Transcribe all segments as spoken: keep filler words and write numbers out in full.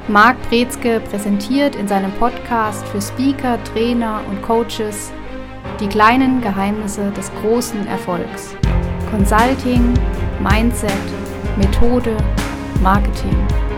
Marc Brezke präsentiert in seinem Podcast für Speaker, Trainer und Coaches die kleinen Geheimnisse des großen Erfolgs. Consulting, Mindset, Methode, Marketing.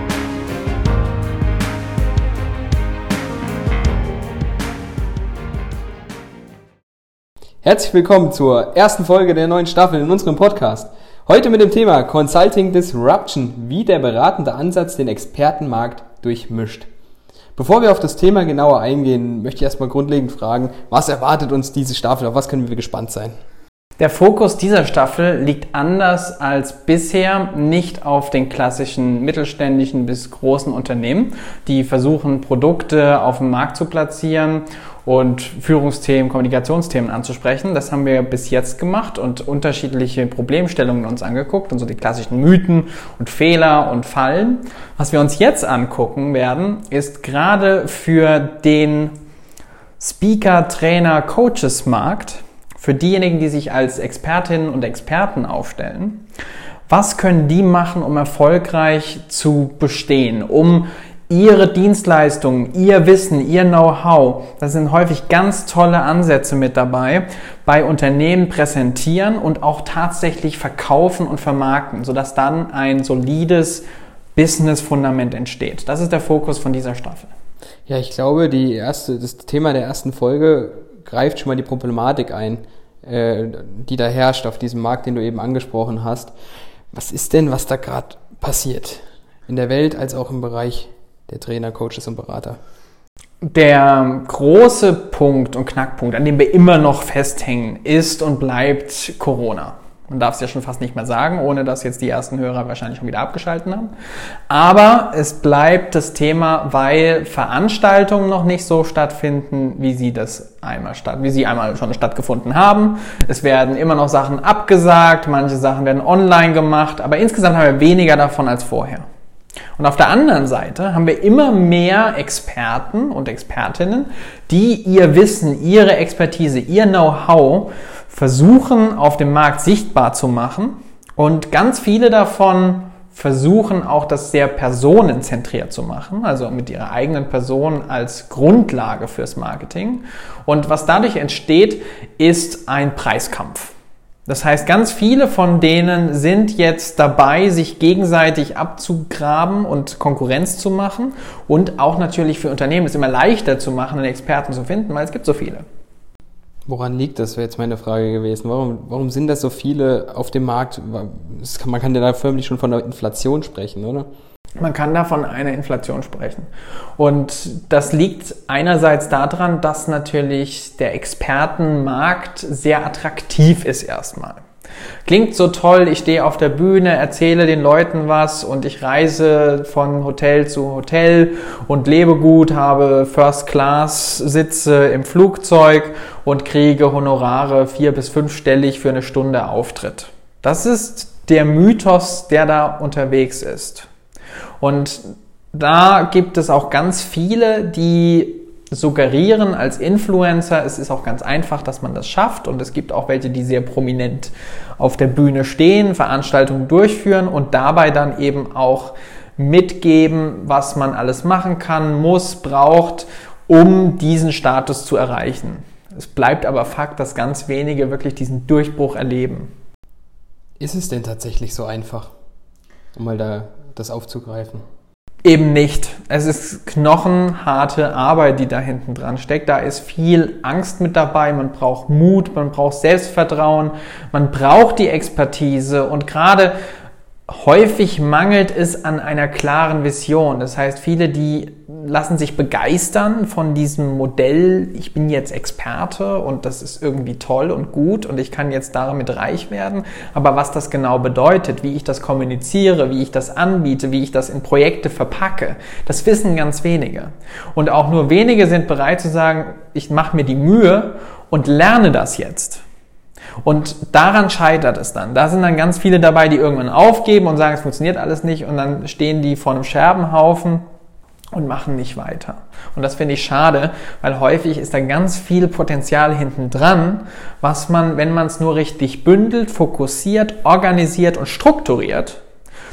Herzlich willkommen zur ersten Folge der neuen Staffel in unserem Podcast. Heute mit dem Thema Consulting Disruption, wie der beratende Ansatz den Expertenmarkt durchmischt. Bevor wir auf das Thema genauer eingehen, möchte ich erstmal grundlegend fragen, was erwartet uns diese Staffel, auf was können wir gespannt sein? Der Fokus dieser Staffel liegt anders als bisher nicht auf den klassischen mittelständischen bis großen Unternehmen, die versuchen, Produkte auf dem Markt zu platzieren und Führungsthemen, Kommunikationsthemen anzusprechen. Das haben wir bis jetzt gemacht und unterschiedliche Problemstellungen uns angeguckt und so die klassischen Mythen und Fehler und Fallen. Was wir uns jetzt angucken werden, ist gerade für den Speaker, Trainer, Coaches-Markt, für diejenigen, die sich als Expertinnen und Experten aufstellen, was können die machen, um erfolgreich zu bestehen, um ihre Dienstleistungen, ihr Wissen, ihr Know-how, da sind häufig ganz tolle Ansätze mit dabei, bei Unternehmen präsentieren und auch tatsächlich verkaufen und vermarkten, sodass dann ein solides Business-Fundament entsteht. Das ist der Fokus von dieser Staffel. Ja, ich glaube, die erste, das Thema der ersten Folge greift schon mal die Problematik ein, äh, die da herrscht auf diesem Markt, den du eben angesprochen hast. Was ist denn, was da gerade passiert? In der Welt als auch im Bereich der Trainer, Coaches und Berater. Der große Punkt und Knackpunkt, an dem wir immer noch festhängen, ist und bleibt Corona. Man darf es ja schon fast nicht mehr sagen, ohne dass jetzt die ersten Hörer wahrscheinlich schon wieder abgeschaltet haben. Aber es bleibt das Thema, weil Veranstaltungen noch nicht so stattfinden, wie sie das einmal statt, wie sie einmal schon stattgefunden haben. Es werden immer noch Sachen abgesagt, manche Sachen werden online gemacht, aber insgesamt haben wir weniger davon als vorher. Und auf der anderen Seite haben wir immer mehr Experten und Expertinnen, die ihr Wissen, ihre Expertise, ihr Know-how versuchen auf dem Markt sichtbar zu machen, und ganz viele davon versuchen auch das sehr personenzentriert zu machen, also mit ihrer eigenen Person als Grundlage fürs Marketing. Und was dadurch entsteht, ist ein Preiskampf. Das heißt, ganz viele von denen sind jetzt dabei, sich gegenseitig abzugraben und Konkurrenz zu machen, und auch natürlich für Unternehmen es immer leichter zu machen, einen Experten zu finden, weil es gibt so viele. Woran liegt das, wäre jetzt meine Frage gewesen. Warum, warum sind das so viele auf dem Markt? Man kann ja da förmlich schon von der Inflation sprechen, oder? Man kann da von einer Inflation sprechen. Und das liegt einerseits daran, dass natürlich der Expertenmarkt sehr attraktiv ist erstmal. Klingt so toll, ich stehe auf der Bühne, erzähle den Leuten was und ich reise von Hotel zu Hotel und lebe gut, habe First-Class-Sitze im Flugzeug und kriege Honorare vier- bis fünfstellig für eine Stunde Auftritt. Das ist der Mythos, der da unterwegs ist. Und da gibt es auch ganz viele, die suggerieren als Influencer, es ist auch ganz einfach, dass man das schafft, und es gibt auch welche, die sehr prominent auf der Bühne stehen, Veranstaltungen durchführen und dabei dann eben auch mitgeben, was man alles machen kann, muss, braucht, um diesen Status zu erreichen. Es bleibt aber Fakt, dass ganz wenige wirklich diesen Durchbruch erleben. Ist es denn tatsächlich so einfach, um mal da das aufzugreifen? Eben nicht. Es ist knochenharte Arbeit, die da hinten dran steckt. Da ist viel Angst mit dabei. Man braucht Mut, man braucht Selbstvertrauen, man braucht die Expertise, und gerade häufig mangelt es an einer klaren Vision. Das heißt, viele, die lassen sich begeistern von diesem Modell, ich bin jetzt Experte und das ist irgendwie toll und gut und ich kann jetzt damit reich werden. Aber was das genau bedeutet, wie ich das kommuniziere, wie ich das anbiete, wie ich das in Projekte verpacke, das wissen ganz wenige. Und auch nur wenige sind bereit zu sagen, ich mache mir die Mühe und lerne das jetzt. Und daran scheitert es dann. Da sind dann ganz viele dabei, die irgendwann aufgeben und sagen, es funktioniert alles nicht, und dann stehen die vor einem Scherbenhaufen und machen nicht weiter. Und das finde ich schade, weil häufig ist da ganz viel Potenzial hinten dran, was man, wenn man es nur richtig bündelt, fokussiert, organisiert und strukturiert,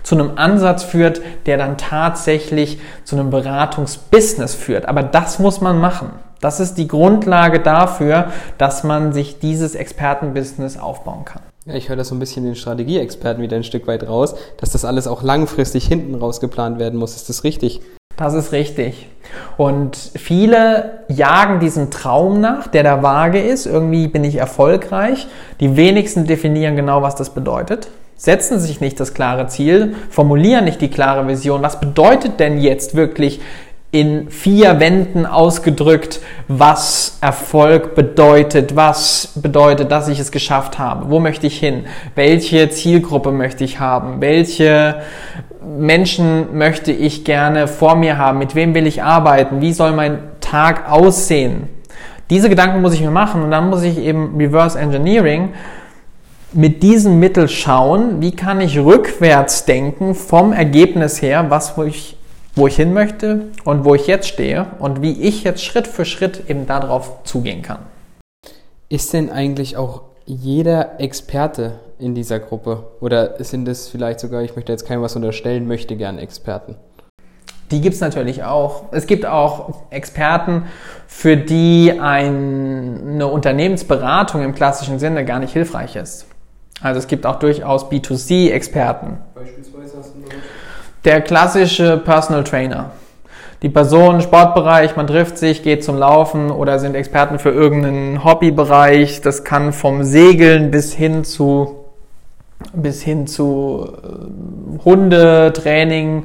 zu einem Ansatz führt, der dann tatsächlich zu einem Beratungsbusiness führt. Aber das muss man machen. Das ist die Grundlage dafür, dass man sich dieses Expertenbusiness aufbauen kann. Ja, ich höre das so ein bisschen den Strategieexperten wieder ein Stück weit raus, dass das alles auch langfristig hinten raus geplant werden muss. Ist das richtig? Das ist richtig. Und viele jagen diesem Traum nach, der da vage ist. Irgendwie bin ich erfolgreich. Die wenigsten definieren genau, was das bedeutet. Setzen sich nicht das klare Ziel, formulieren nicht die klare Vision. Was bedeutet denn jetzt wirklich in vier Wänden ausgedrückt, was Erfolg bedeutet, was bedeutet, dass ich es geschafft habe, wo möchte ich hin, welche Zielgruppe möchte ich haben, welche Menschen möchte ich gerne vor mir haben, mit wem will ich arbeiten, wie soll mein Tag aussehen. Diese Gedanken muss ich mir machen und dann muss ich eben Reverse Engineering mit diesem Mittel schauen, wie kann ich rückwärts denken vom Ergebnis her, was wo ich wo ich hin möchte und wo ich jetzt stehe und wie ich jetzt Schritt für Schritt eben darauf zugehen kann. Ist denn eigentlich auch jeder Experte in dieser Gruppe? Oder sind es vielleicht sogar, ich möchte jetzt keinem was unterstellen, möchte gern Experten? Die gibt es natürlich auch. Es gibt auch Experten, für die ein, eine Unternehmensberatung im klassischen Sinne gar nicht hilfreich ist. Also es gibt auch durchaus B zwei C-Experten. Beispielsweise hast du noch Der klassische Personal Trainer. Die Person, Sportbereich, man trifft sich, geht zum Laufen oder sind Experten für irgendeinen Hobbybereich. Das kann vom Segeln bis hin zu, bis hin zu äh, Hundetraining.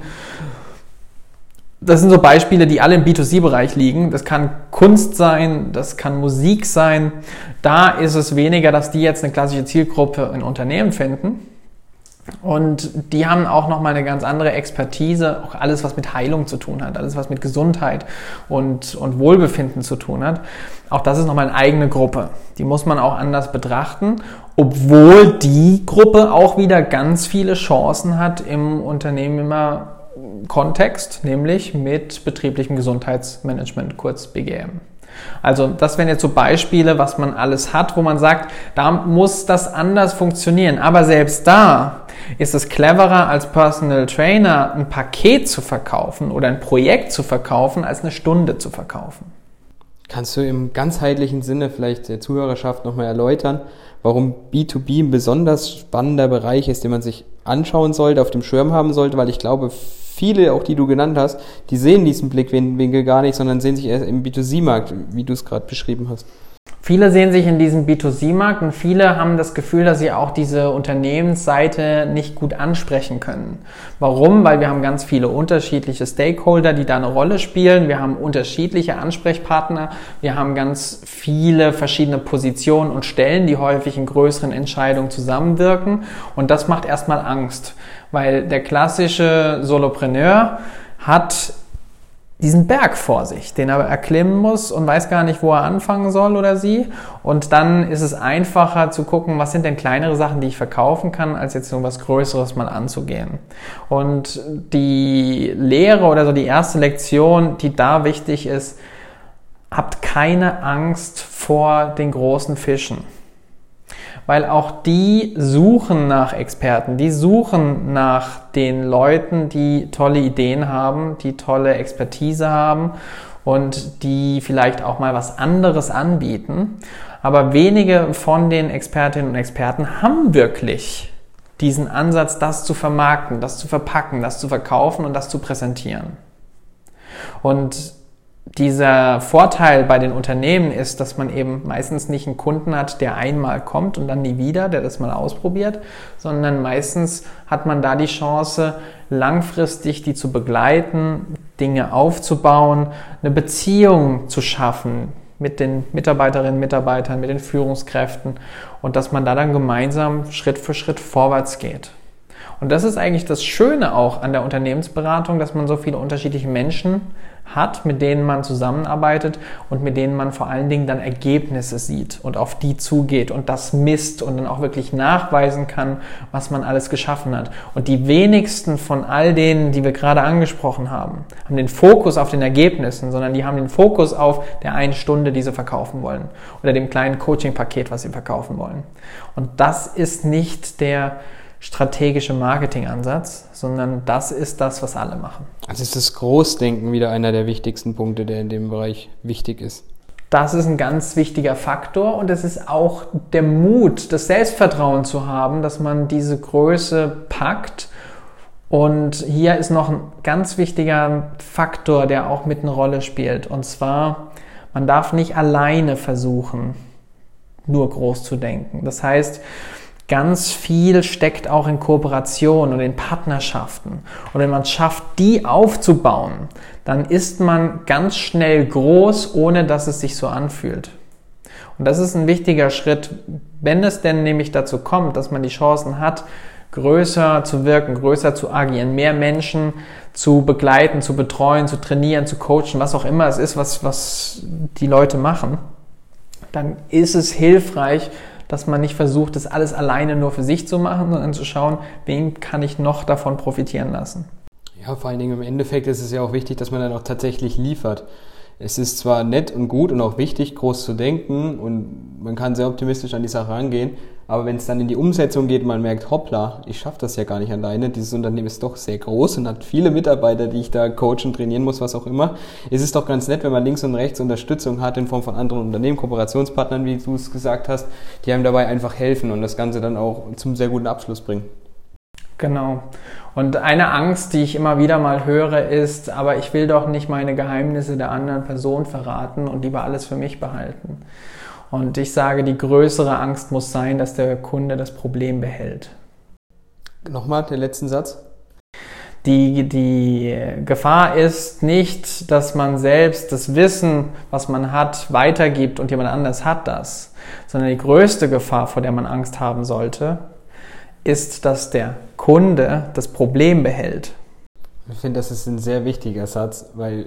Das sind so Beispiele, die alle im B zwei C-Bereich liegen. Das kann Kunst sein, das kann Musik sein. Da ist es weniger, dass die jetzt eine klassische Zielgruppe in Unternehmen finden. Und die haben auch nochmal eine ganz andere Expertise, auch alles, was mit Heilung zu tun hat, alles, was mit Gesundheit und, und Wohlbefinden zu tun hat. Auch das ist nochmal eine eigene Gruppe. Die muss man auch anders betrachten, obwohl die Gruppe auch wieder ganz viele Chancen hat im Unternehmerkontext, nämlich mit betrieblichem Gesundheitsmanagement, kurz B G M. Also das wären jetzt so Beispiele, was man alles hat, wo man sagt, da muss das anders funktionieren. Aber selbst da ist es cleverer, als Personal Trainer ein Paket zu verkaufen oder ein Projekt zu verkaufen, als eine Stunde zu verkaufen. Kannst du im ganzheitlichen Sinne vielleicht der Zuhörerschaft nochmal erläutern, warum B zwei B ein besonders spannender Bereich ist, den man sich anschauen sollte, auf dem Schirm haben sollte? Weil ich glaube, viele, auch die du genannt hast, die sehen diesen Blickwinkel gar nicht, sondern sehen sich erst im B zwei C-Markt, wie du es gerade beschrieben hast. Viele sehen sich in diesem B zwei C-Markt und viele haben das Gefühl, dass sie auch diese Unternehmensseite nicht gut ansprechen können. Warum? Weil wir haben ganz viele unterschiedliche Stakeholder, die da eine Rolle spielen. Wir haben unterschiedliche Ansprechpartner. Wir haben ganz viele verschiedene Positionen und Stellen, die häufig in größeren Entscheidungen zusammenwirken. Und das macht erstmal Angst, weil der klassische Solopreneur hat diesen Berg vor sich, den er erklimmen muss und weiß gar nicht, wo er anfangen soll oder sie. Und dann ist es einfacher zu gucken, was sind denn kleinere Sachen, die ich verkaufen kann, als jetzt so was Größeres mal anzugehen. Und die Lehre oder so die erste Lektion, die da wichtig ist, habt keine Angst vor den großen Fischen. Weil auch die suchen nach Experten, die suchen nach den Leuten, die tolle Ideen haben, die tolle Expertise haben und die vielleicht auch mal was anderes anbieten. Aber wenige von den Expertinnen und Experten haben wirklich diesen Ansatz, das zu vermarkten, das zu verpacken, das zu verkaufen und das zu präsentieren. Und dieser Vorteil bei den Unternehmen ist, dass man eben meistens nicht einen Kunden hat, der einmal kommt und dann nie wieder, der das mal ausprobiert, sondern meistens hat man da die Chance, langfristig die zu begleiten, Dinge aufzubauen, eine Beziehung zu schaffen mit den Mitarbeiterinnen, Mitarbeitern, mit den Führungskräften und dass man da dann gemeinsam Schritt für Schritt vorwärts geht. Und das ist eigentlich das Schöne auch an der Unternehmensberatung, dass man so viele unterschiedliche Menschen hat, mit denen man zusammenarbeitet und mit denen man vor allen Dingen dann Ergebnisse sieht und auf die zugeht und das misst und dann auch wirklich nachweisen kann, was man alles geschaffen hat. Und die wenigsten von all denen, die wir gerade angesprochen haben, haben den Fokus auf den Ergebnissen, sondern die haben den Fokus auf der einen Stunde, die sie verkaufen wollen oder dem kleinen Coaching-Paket, was sie verkaufen wollen. Und das ist nicht der strategische Marketingansatz, sondern das ist das, was alle machen. Also ist das Großdenken wieder einer der wichtigsten Punkte, der in dem Bereich wichtig ist. Das ist ein ganz wichtiger Faktor und es ist auch der Mut, das Selbstvertrauen zu haben, dass man diese Größe packt. Und hier ist noch ein ganz wichtiger Faktor, der auch mit eine Rolle spielt. Und zwar, man darf nicht alleine versuchen, nur groß zu denken. Das heißt, ganz viel steckt auch in Kooperation und in Partnerschaften. Und wenn man es schafft, die aufzubauen, dann ist man ganz schnell groß, ohne dass es sich so anfühlt. Und das ist ein wichtiger Schritt, wenn es denn nämlich dazu kommt, dass man die Chancen hat, größer zu wirken, größer zu agieren, mehr Menschen zu begleiten, zu betreuen, zu trainieren, zu coachen, was auch immer es ist, was, was die Leute machen, dann ist es hilfreich, dass man nicht versucht, das alles alleine nur für sich zu machen, sondern zu schauen, wen kann ich noch davon profitieren lassen. Ja, vor allen Dingen im Endeffekt ist es ja auch wichtig, dass man dann auch tatsächlich liefert. Es ist zwar nett und gut und auch wichtig, groß zu denken und man kann sehr optimistisch an die Sache rangehen, aber wenn es dann in die Umsetzung geht, man merkt, hoppla, ich schaffe das ja gar nicht alleine, dieses Unternehmen ist doch sehr groß und hat viele Mitarbeiter, die ich da coachen, trainieren muss, was auch immer. Es ist doch ganz nett, wenn man links und rechts Unterstützung hat in Form von anderen Unternehmen, Kooperationspartnern, wie du es gesagt hast, die einem dabei einfach helfen und das Ganze dann auch zum sehr guten Abschluss bringen. Genau. Und eine Angst, die ich immer wieder mal höre, ist, aber ich will doch nicht meine Geheimnisse der anderen Person verraten und lieber alles für mich behalten. Und ich sage, die größere Angst muss sein, dass der Kunde das Problem behält. Nochmal den letzten Satz. Die, die Gefahr ist nicht, dass man selbst das Wissen, was man hat, weitergibt und jemand anders hat das, sondern die größte Gefahr, vor der man Angst haben sollte, ist, dass der Kunde das Problem behält. Ich finde, das ist ein sehr wichtiger Satz, weil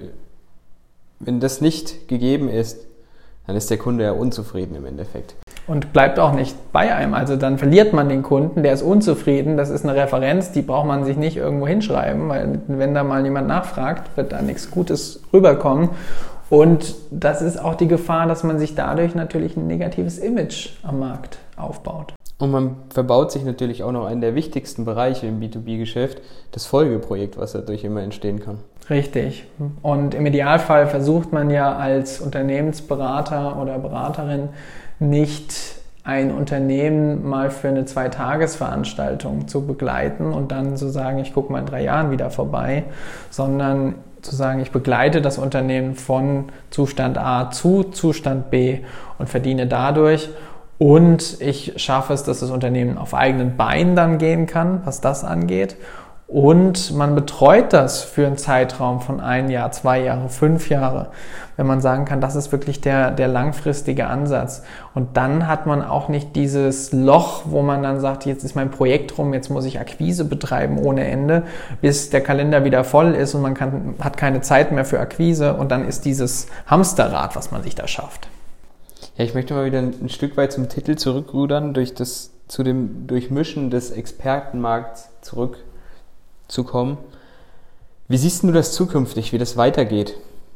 wenn das nicht gegeben ist, dann ist der Kunde ja unzufrieden im Endeffekt. Und bleibt auch nicht bei einem. Also dann verliert man den Kunden, der ist unzufrieden. Das ist eine Referenz, die braucht man sich nicht irgendwo hinschreiben, weil wenn da mal jemand nachfragt, wird da nichts Gutes rüberkommen. Und das ist auch die Gefahr, dass man sich dadurch natürlich ein negatives Image am Markt aufbaut. Und man verbaut sich natürlich auch noch einen der wichtigsten Bereiche im B zwei B-Geschäft, das Folgeprojekt, was dadurch immer entstehen kann. Richtig. Und im Idealfall versucht man ja als Unternehmensberater oder Beraterin nicht ein Unternehmen mal für eine Zweitagesveranstaltung zu begleiten und dann zu sagen, ich gucke mal in drei Jahren wieder vorbei, sondern zu sagen, ich begleite das Unternehmen von Zustand A zu Zustand B und verdiene dadurch. Und ich schaffe es, dass das Unternehmen auf eigenen Beinen dann gehen kann, was das angeht. Und man betreut das für einen Zeitraum von ein Jahr, zwei Jahre, fünf Jahre, wenn man sagen kann, das ist wirklich der, der langfristige Ansatz. Und dann hat man auch nicht dieses Loch, wo man dann sagt, jetzt ist mein Projekt rum, jetzt muss ich Akquise betreiben ohne Ende, bis der Kalender wieder voll ist und man kann, hat keine Zeit mehr für Akquise. Und dann ist dieses Hamsterrad, was man sich da schafft. Ja, ich möchte mal wieder ein Stück weit zum Titel zurückrudern, durch das, zu dem Durchmischen des Expertenmarkts zurückzukommen. Wie siehst du das zukünftig, wie das weitergeht?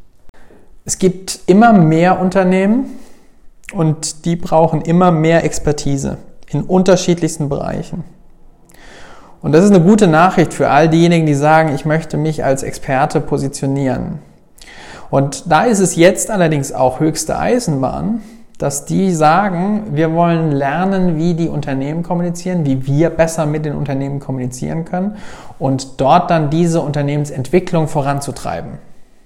Es gibt immer mehr Unternehmen und die brauchen immer mehr Expertise in unterschiedlichsten Bereichen. Und das ist eine gute Nachricht für all diejenigen, die sagen, ich möchte mich als Experte positionieren. Und da ist es jetzt allerdings auch höchste Eisenbahn, dass die sagen, wir wollen lernen, wie die Unternehmen kommunizieren, wie wir besser mit den Unternehmen kommunizieren können und dort dann diese Unternehmensentwicklung voranzutreiben.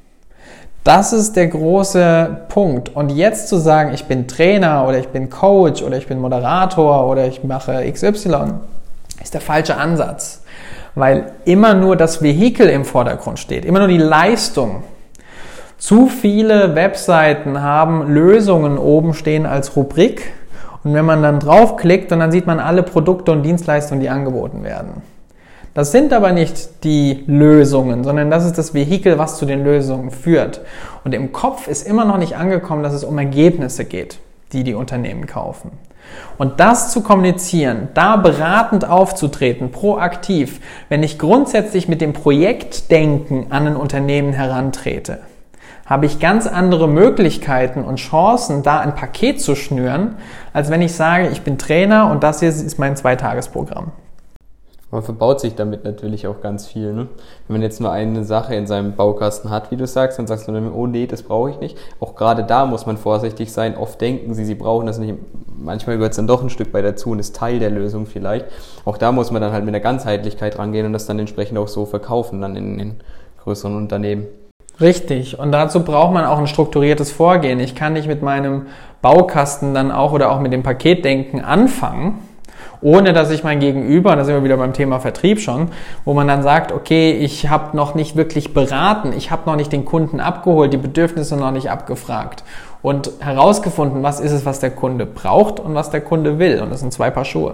Das ist der große Punkt. Und jetzt zu sagen, ich bin Trainer oder ich bin Coach oder ich bin Moderator oder ich mache X Y, ist der falsche Ansatz, weil immer nur das Vehikel im Vordergrund steht, immer nur die Leistung. Zu viele Webseiten haben Lösungen oben stehen als Rubrik und wenn man dann draufklickt und dann sieht man alle Produkte und Dienstleistungen, die angeboten werden. Das sind aber nicht die Lösungen, sondern das ist das Vehikel, was zu den Lösungen führt. Und im Kopf ist immer noch nicht angekommen, dass es um Ergebnisse geht, die die Unternehmen kaufen. Und das zu kommunizieren, da beratend aufzutreten, proaktiv, wenn ich grundsätzlich mit dem Projektdenken an ein Unternehmen herantrete, habe ich ganz andere Möglichkeiten und Chancen, da ein Paket zu schnüren, als wenn ich sage, ich bin Trainer und das hier ist mein Zweitagesprogramm. Man verbaut sich damit natürlich auch ganz viel. Ne? Wenn man jetzt nur eine Sache in seinem Baukasten hat, wie du sagst, dann sagst du dann, oh nee, das brauche ich nicht. Auch gerade da muss man vorsichtig sein. Oft denken sie, sie brauchen das nicht. Manchmal gehört es dann doch ein Stück weit dazu und ist Teil der Lösung vielleicht. Auch da muss man dann halt mit der Ganzheitlichkeit rangehen und das dann entsprechend auch so verkaufen, dann in den größeren Unternehmen. Richtig. Und dazu braucht man auch ein strukturiertes Vorgehen. Ich kann nicht mit meinem Baukasten dann auch oder auch mit dem Paketdenken anfangen, ohne dass ich mein Gegenüber, und da sind wir wieder beim Thema Vertrieb schon, wo man dann sagt, okay, ich habe noch nicht wirklich beraten, ich habe noch nicht den Kunden abgeholt, die Bedürfnisse noch nicht abgefragt und herausgefunden, was ist es, was der Kunde braucht und was der Kunde will. Und das sind zwei Paar Schuhe.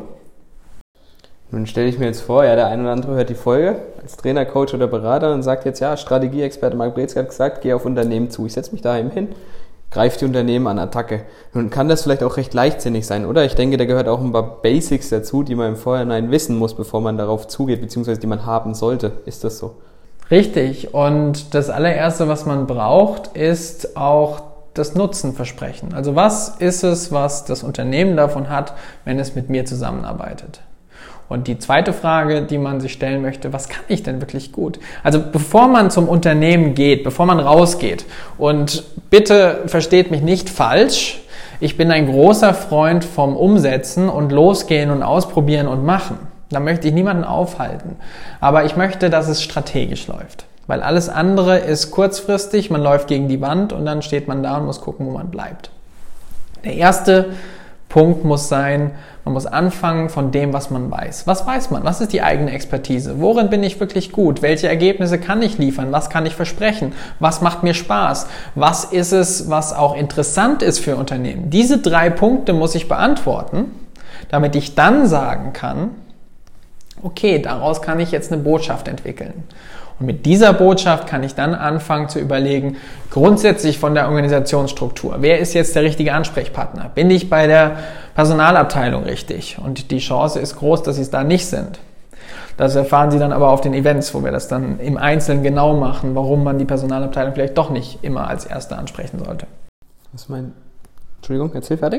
Nun stelle ich mir jetzt vor, ja, der eine oder andere hört die Folge als Trainer, Coach oder Berater und sagt jetzt, ja, Strategieexperte Marc Brezke hat gesagt, geh auf Unternehmen zu. Ich setze mich daheim hin, greife die Unternehmen an Attacke. Nun kann das vielleicht auch recht leichtsinnig sein, oder? Ich denke, da gehört auch ein paar Basics dazu, die man im Vorhinein wissen muss, bevor man darauf zugeht, beziehungsweise die man haben sollte. Ist das so? Richtig. Und das allererste, was man braucht, ist auch das Nutzenversprechen. Also was ist es, was das Unternehmen davon hat, wenn es mit mir zusammenarbeitet? Und die zweite Frage, die man sich stellen möchte, was kann ich denn wirklich gut? Also bevor man zum Unternehmen geht, bevor man rausgeht, und bitte versteht mich nicht falsch, ich bin ein großer Freund vom Umsetzen und losgehen und ausprobieren und machen. Da möchte ich niemanden aufhalten. Aber ich möchte, dass es strategisch läuft. Weil alles andere ist kurzfristig, man läuft gegen die Wand und dann steht man da und muss gucken, wo man bleibt. Der erste Punkt muss sein, man muss anfangen von dem, was man weiß. Was weiß man? Was ist die eigene Expertise? Worin bin ich wirklich gut? Welche Ergebnisse kann ich liefern? Was kann ich versprechen? Was macht mir Spaß? Was ist es, was auch interessant ist für Unternehmen? Diese drei Punkte muss ich beantworten, damit ich dann sagen kann, okay, daraus kann ich jetzt eine Botschaft entwickeln. Und mit dieser Botschaft kann ich dann anfangen zu überlegen, grundsätzlich von der Organisationsstruktur, wer ist jetzt der richtige Ansprechpartner? Bin ich bei der Personalabteilung richtig? Und die Chance ist groß, dass sie es da nicht sind. Das erfahren Sie dann aber auf den Events, wo wir das dann im Einzelnen genau machen, warum man die Personalabteilung vielleicht doch nicht immer als Erste ansprechen sollte. Was ist mein... Entschuldigung, erzähl fertig.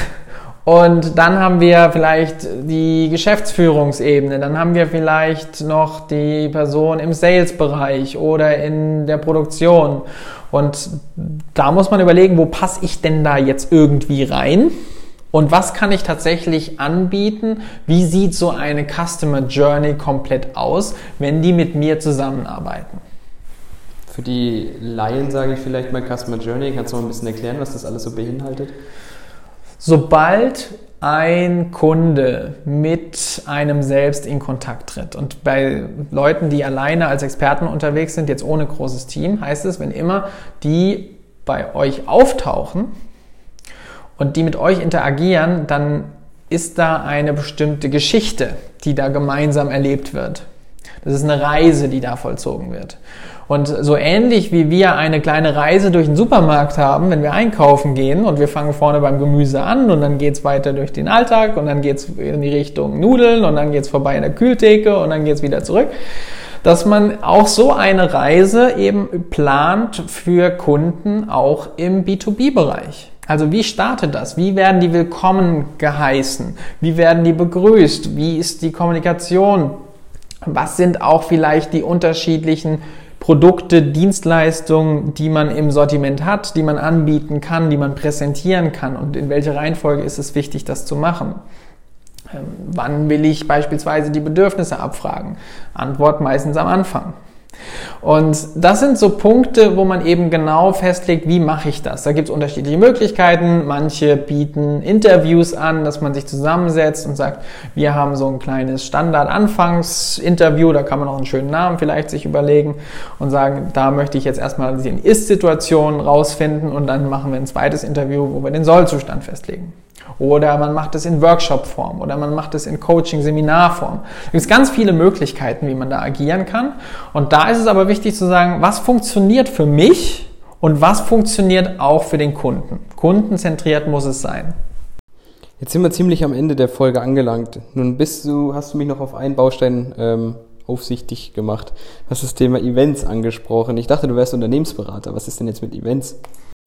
Und dann haben wir vielleicht die Geschäftsführungsebene, dann haben wir vielleicht noch die Person im Sales-Bereich oder in der Produktion. Und da muss man überlegen, wo passe ich denn da jetzt irgendwie rein? Und was kann ich tatsächlich anbieten? Wie sieht so eine Customer Journey komplett aus, wenn die mit mir zusammenarbeiten? Für die Laien sage ich vielleicht mal Customer Journey. Kannst du noch ein bisschen erklären, was das alles so beinhaltet? Sobald ein Kunde mit einem selbst in Kontakt tritt und bei Leuten, die alleine als Experten unterwegs sind, jetzt ohne großes Team, heißt es, wenn immer die bei euch auftauchen und die mit euch interagieren, dann ist da eine bestimmte Geschichte, die da gemeinsam erlebt wird. Das ist eine Reise, die da vollzogen wird. Und so ähnlich wie wir eine kleine Reise durch den Supermarkt haben, wenn wir einkaufen gehen und wir fangen vorne beim Gemüse an und dann geht's weiter durch den Alltag und dann geht's in die Richtung Nudeln und dann geht's vorbei in der Kühltheke und dann geht's wieder zurück, dass man auch so eine Reise eben plant für Kunden auch im B zwei B-Bereich. Also wie startet das? Wie werden die willkommen geheißen? Wie werden die begrüßt? Wie ist die Kommunikation? Was sind auch vielleicht die unterschiedlichen Produkte, Dienstleistungen, die man im Sortiment hat, die man anbieten kann, die man präsentieren kann und in welcher Reihenfolge ist es wichtig, das zu machen? Ähm, wann will ich beispielsweise die Bedürfnisse abfragen? Antwort meistens am Anfang. Und das sind so Punkte, wo man eben genau festlegt, wie mache ich das. Da gibt es unterschiedliche Möglichkeiten. Manche bieten Interviews an, dass man sich zusammensetzt und sagt, wir haben so ein kleines Standard-Anfangsinterview, da kann man auch einen schönen Namen vielleicht sich überlegen und sagen, da möchte ich jetzt erstmal die Ist-Situation rausfinden und dann machen wir ein zweites Interview, wo wir den Soll-Zustand festlegen. Oder man macht es in Workshop-Form oder man macht es in Coaching-Seminar-Form. Es gibt ganz viele Möglichkeiten, wie man da agieren kann. Und da ist es aber wichtig zu sagen, was funktioniert für mich und was funktioniert auch für den Kunden. Kundenzentriert muss es sein. Jetzt sind wir ziemlich am Ende der Folge angelangt. Nun bist du, hast du mich noch auf einen Baustein ähm, aufsichtig gemacht. Du hast das Thema Events angesprochen. Ich dachte, du wärst Unternehmensberater. Was ist denn jetzt mit Events?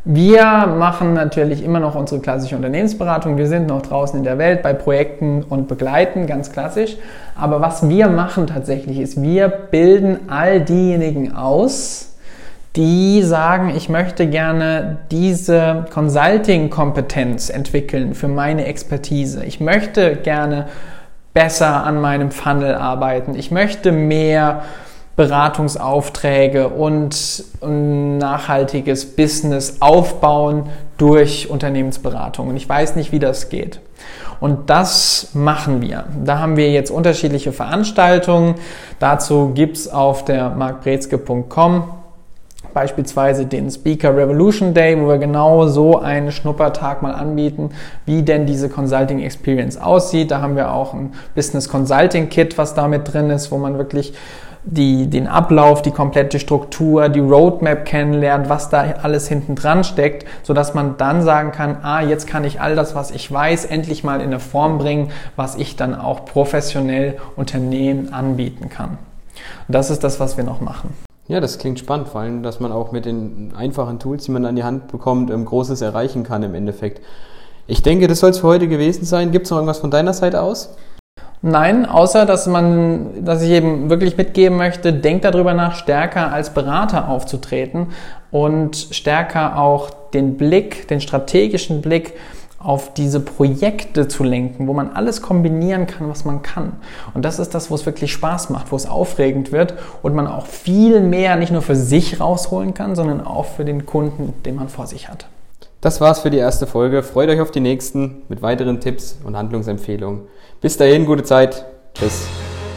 Wir machen natürlich immer noch unsere klassische Unternehmensberatung. Wir sind noch draußen in der Welt bei Projekten und begleiten, ganz klassisch. Aber was wir machen tatsächlich ist, wir bilden all diejenigen aus, die sagen, ich möchte gerne diese Consulting-Kompetenz entwickeln für meine Expertise. Ich möchte gerne besser an meinem Funnel arbeiten. Ich möchte mehr Beratungsaufträge und ein nachhaltiges Business aufbauen durch Unternehmensberatung. Und ich weiß nicht, wie das geht. Und das machen wir. Da haben wir jetzt unterschiedliche Veranstaltungen. Dazu gibt's auf der mark brezke punkt com beispielsweise den Speaker Revolution Day, wo wir genau so einen Schnuppertag mal anbieten, wie denn diese Consulting Experience aussieht. Da haben wir auch ein Business Consulting Kit, was da mit drin ist, wo man wirklich die, den Ablauf, die komplette Struktur, die Roadmap kennenlernt, was da alles hinten dran steckt, sodass man dann sagen kann, ah, jetzt kann ich all das, was ich weiß, endlich mal in eine Form bringen, was ich dann auch professionell Unternehmen anbieten kann. Und das ist das, was wir noch machen. Ja, das klingt spannend, vor allem, dass man auch mit den einfachen Tools, die man an die Hand bekommt, Großes erreichen kann im Endeffekt. Ich denke, das soll es für heute gewesen sein. Gibt es noch irgendwas von deiner Seite aus? Nein, außer dass man, dass ich eben wirklich mitgeben möchte, denkt darüber nach, stärker als Berater aufzutreten und stärker auch den Blick, den strategischen Blick auf diese Projekte zu lenken, wo man alles kombinieren kann, was man kann. Und das ist das, wo es wirklich Spaß macht, wo es aufregend wird und man auch viel mehr nicht nur für sich rausholen kann, sondern auch für den Kunden, den man vor sich hat. Das war's für die erste Folge. Freut euch auf die nächsten mit weiteren Tipps und Handlungsempfehlungen. Bis dahin, gute Zeit. Tschüss.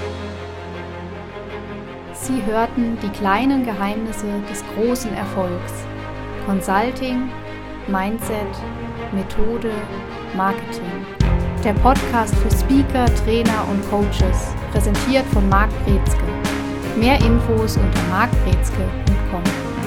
Sie hörten die kleinen Geheimnisse des großen Erfolgs. Consulting, Mindset, Methode, Marketing. Der Podcast für Speaker, Trainer und Coaches, präsentiert von Mark Brezke. Mehr Infos unter mark brezke punkt com.